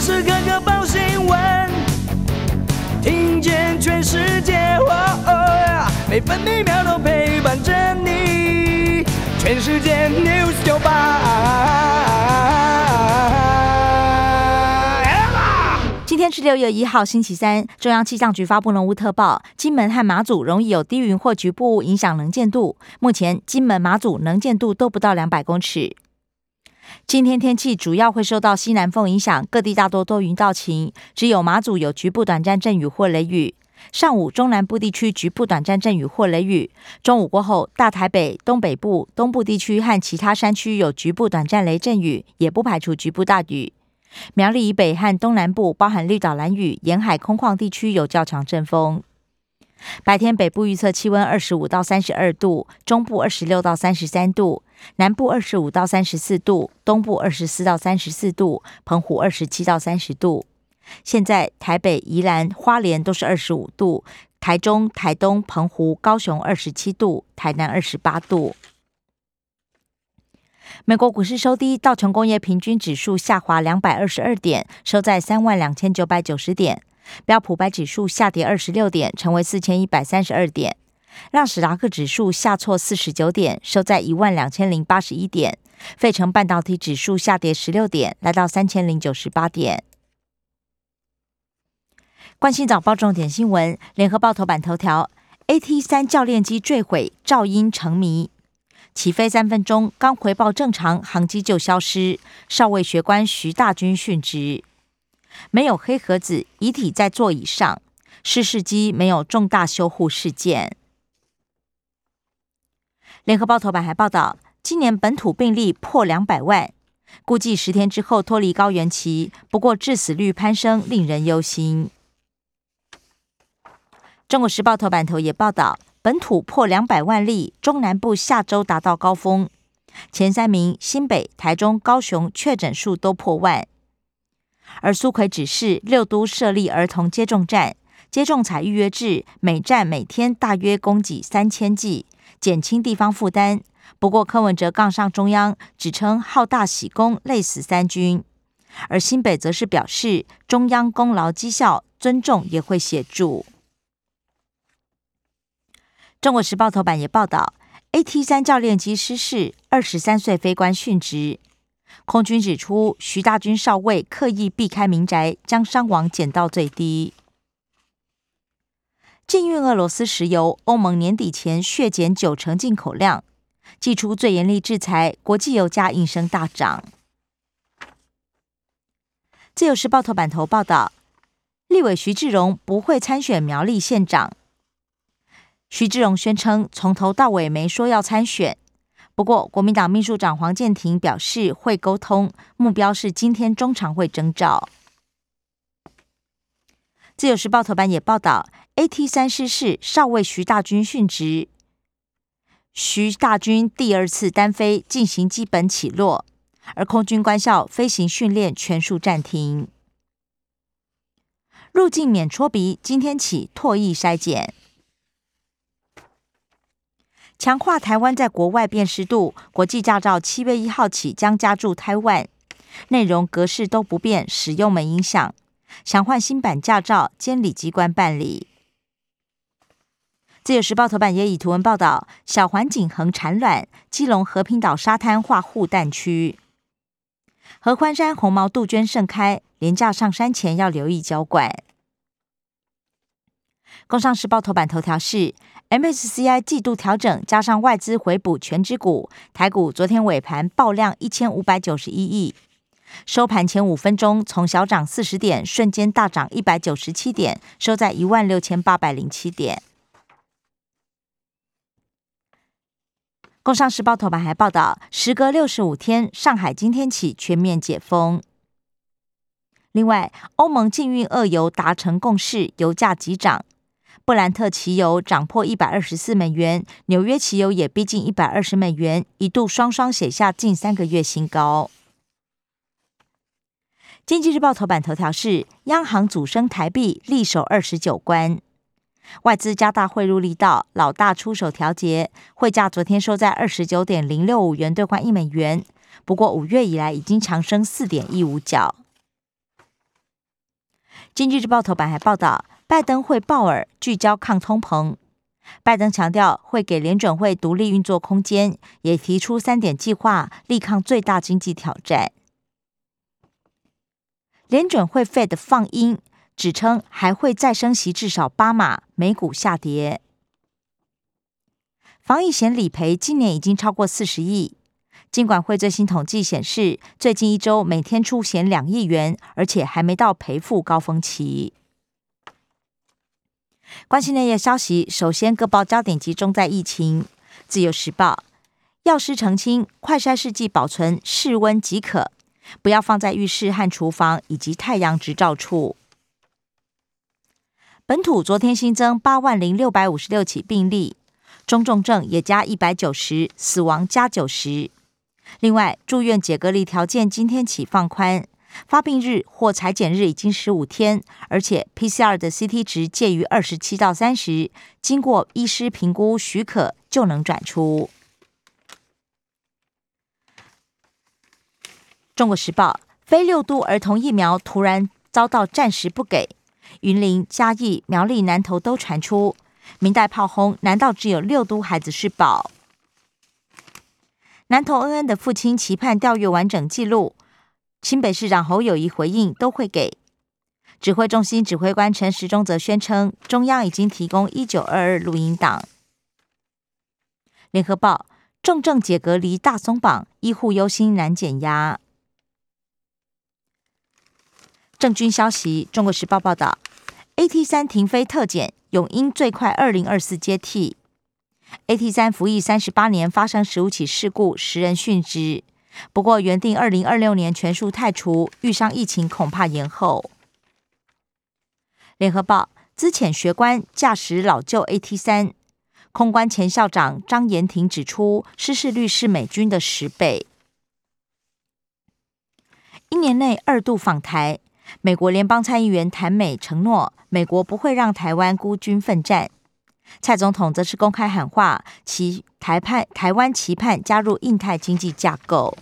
时刻刻报新闻，听见全世界，每分每秒都陪伴着你。全世界 News 98。 今天是6月1号星期三，中央气象局发布浓雾特报，金门和马祖容易有低云或局部雾影响能见度。目前金门、马祖能见度都不到200公尺。今天天气主要会受到西南风影响，各地大多多云到晴，只有马祖有局部短暂阵雨或雷雨。上午中南部地区局部短暂阵雨或雷雨，中午过后大台北、东北部、东部地区和其他山区有局部短暂雷阵雨，也不排除局部大雨。苗栗以北和东南部包含绿岛、兰屿沿海空旷地区有较强阵风。白天北部预测气温25到32度，中部26到33度，南部25到34度，东部24到34度，澎湖27到30度。现在台北、宜兰、花莲都是25度，台中、台东、澎湖、高雄27度，台南28度。美国股市收低，道琼工业平均指数下滑222点，收在32990点；标普500指数下跌26点，成为4132点；纳斯达克指数下挫49点，收在12081点；费城半导体指数下跌16点，来到3098点。关心早报重点新闻，联合报头版头条 ：AT3 教练机坠毁，噪音成谜。起飞3分钟，刚回报正常，航机就消失。少尉学官徐大军殉职。没有黑盒子，遗体在座椅上。失事机没有重大修护事件。联合报头版还报道，今年本土病例破200万，估计10天之后脱离高原期，不过致死率攀升，令人忧心。中国时报头版头也报道，本土破200万例，中南部下周达到高峰。前3名新北、台中、高雄确诊数都破万。而苏揆指示6都设立儿童接种站，接种采预约制，每站每天大约供给3000剂，减轻地方负担。不过柯文哲杠上中央，指称好大喜功，累死3军。而新北则是表示，中央功劳绩效尊重也会协助。中国时报头版也报道 ，AT3 教练机失事，23岁飞官殉职。空军指出，徐大军少尉刻意避开民宅，将伤亡减到最低。禁运俄罗斯石油，欧盟年底前削减90%进口量，祭出最严厉制裁，国际油价应声大涨。自由时报头版头报道，立委徐志荣不会参选苗栗县长。徐志荣宣称从头到尾没说要参选，不过国民党秘书长黄健庭表示会沟通，目标是今天中常会征召。自由时报头版也报道 ，AT3 失事，少尉徐大军殉职。徐大军第2次单飞进行基本起落，而空军官校飞行训练全数暂停。入境免戳鼻，今天起唾液筛检。强化台湾在国外辨识度，国际驾照7月1号起将加注台湾，内容格式都不变，使用没影响。想换新版驾照，监理机关办理。自由时报头版也以图文报道，小环颈横产卵，基隆和平岛沙滩化护蛋区。合欢山红毛杜鹃盛开，连假上山前要留意交管。工商时报头版头条是 MSCI 季度调整，加上外资回补全指股，台股昨天尾盘爆量1591亿，收盘前5分钟从小涨40点，瞬间大涨197点，收在16807点。工商时报头版还报道，时隔65天，上海今天起全面解封。另外，欧盟禁运俄油达成共识，油价急涨。布兰特期油涨破124美元，纽约期油也逼近120美元，一度双双写下近3个月新高。经济日报头版头条是央行阻升台币，力守29关。外资加大汇入力道，老大出手调节，汇价昨天收在29.065元兑换1美元，不过5月以来已经强升4.15角。 经济日报头版还报道，拜登会鲍尔聚焦抗通膨。拜登强调会给联准会独立运作空间，也提出3点计划，力抗最大经济挑战。联准会 Fed 放鹰，指称还会再升息至少8码，美股下跌。防疫险理赔今年已经超过40亿。金管会最新统计显示，最近1周每天出险2亿元，而且还没到赔付高峰期。关心内页消息，首先各报焦点集中在疫情。自由时报，药师澄清，快筛试剂保存室温即可，不要放在浴室和厨房以及太阳直照处。本土昨天新增80656起病例，中重症也加190，死亡加90。另外，住院解隔离条件今天起放宽，发病日或采检日已经15天，而且 PCR 的 CT 值介于27到30，经过医师评估许可就能转出。中国时报，非6都儿童疫苗突然遭到暂时不给，云林、嘉义、苗栗、南投都传出，民代炮轰，难道只有6都孩子是宝？南投恩恩的父亲期盼调阅完整记录，新北市长侯友宜回应都会给。指挥中心指挥官陈时中则宣称，中央已经提供1922录音档。联合报，重症解隔离大松绑，医护忧心难减压。政军消息，中国时报报道 ，AT3 停飞特检，永鹰最快2024接替。AT3 服役38年，发生15起事故，10人殉职。不过原定2026年全数汰除，遇上疫情恐怕延后。联合报，资遣学官驾驶老旧 AT3， 空官前校长张延廷指出，失事率是美军的10倍。1年内2度访台，美国联邦参议员谭美承诺，美国不会让台湾孤军奋战。蔡总统则是公开喊话，台湾期盼加入印太经济架构。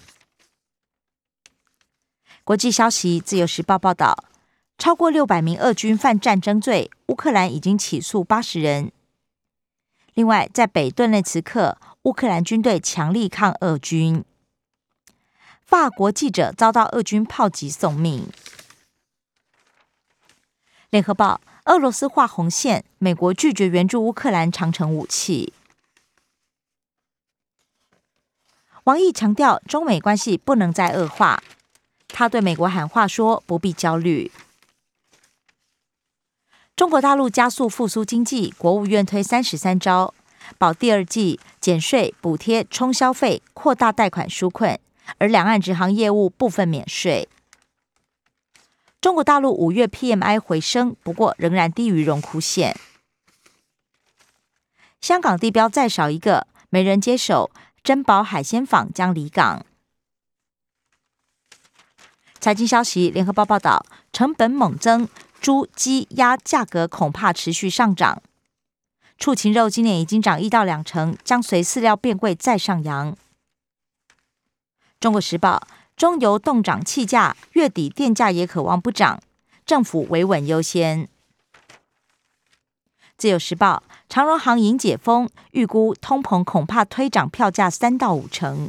国际消息，自由时报报道，超过600名俄军犯战争罪，乌克兰已经起诉80人。另外，在北顿内茨克，乌克兰军队强力抗俄军。法国记者遭到俄军炮击送命。联合报，俄罗斯画红线，美国拒绝援助乌克兰长程武器。王毅强调，中美关系不能再恶化。他对美国喊话说，不必焦虑。中国大陆加速复苏经济，国务院推33招，保第2季减税、补贴、冲消费，扩大贷款纾困，而两岸直航业务部分免税。中国大陆5月 PMI 回升，不过仍然低于荣枯线。香港地标再少一个，没人接手，珍宝海鲜坊将离港。财经消息，联合报报道，成本猛增，猪、鸡、鸭价格恐怕持续上涨。畜禽肉今年已经涨1到2成，将随饲料变贵再上扬。中国时报，中油冻涨气价，月底电价也可望不涨，政府维稳优先。自由时报，长荣航迎解封，预估通膨恐怕推涨票价3到5成。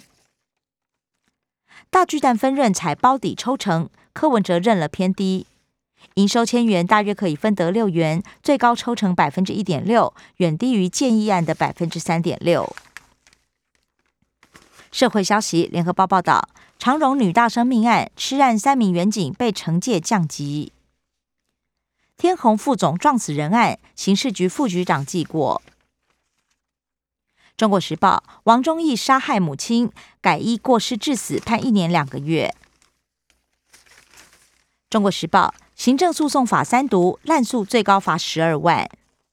大巨蛋分润采包底抽成，柯文哲认了偏低，营收1000元大约可以分得6元，最高抽成 1.6%， 远低于建议案的 3.6%。社会消息，联合报报道，长荣女大生命案，吃案3名员警被惩戒降级。天虹副总撞死人案，刑事局副局长记过。中国时报，王忠义杀害母亲，改依过失致死，判1年2个月。中国时报，行政诉讼法3读，滥诉最高罚12万。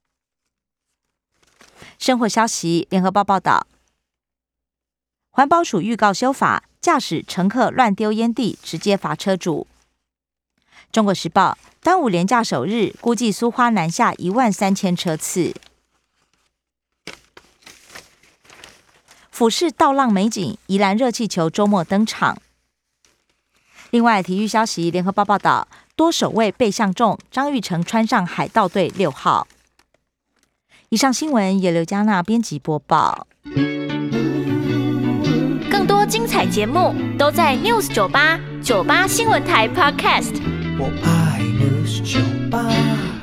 生活消息，联合报报道，环保署预告修法，驾驶乘客乱丢烟蒂，直接罚车主。中国时报，端午连假首日，估计苏花南下13000车次。俯视倒浪美景，宜兰热气球周末登场。 另外，体育消息，联合报报道，多守卫被相中，张育成穿上海盗队6号。以上新闻由刘嘉娜编辑播报。 更多精彩节目都在 News 98 98新闻台 Podcast。 我爱 News 98。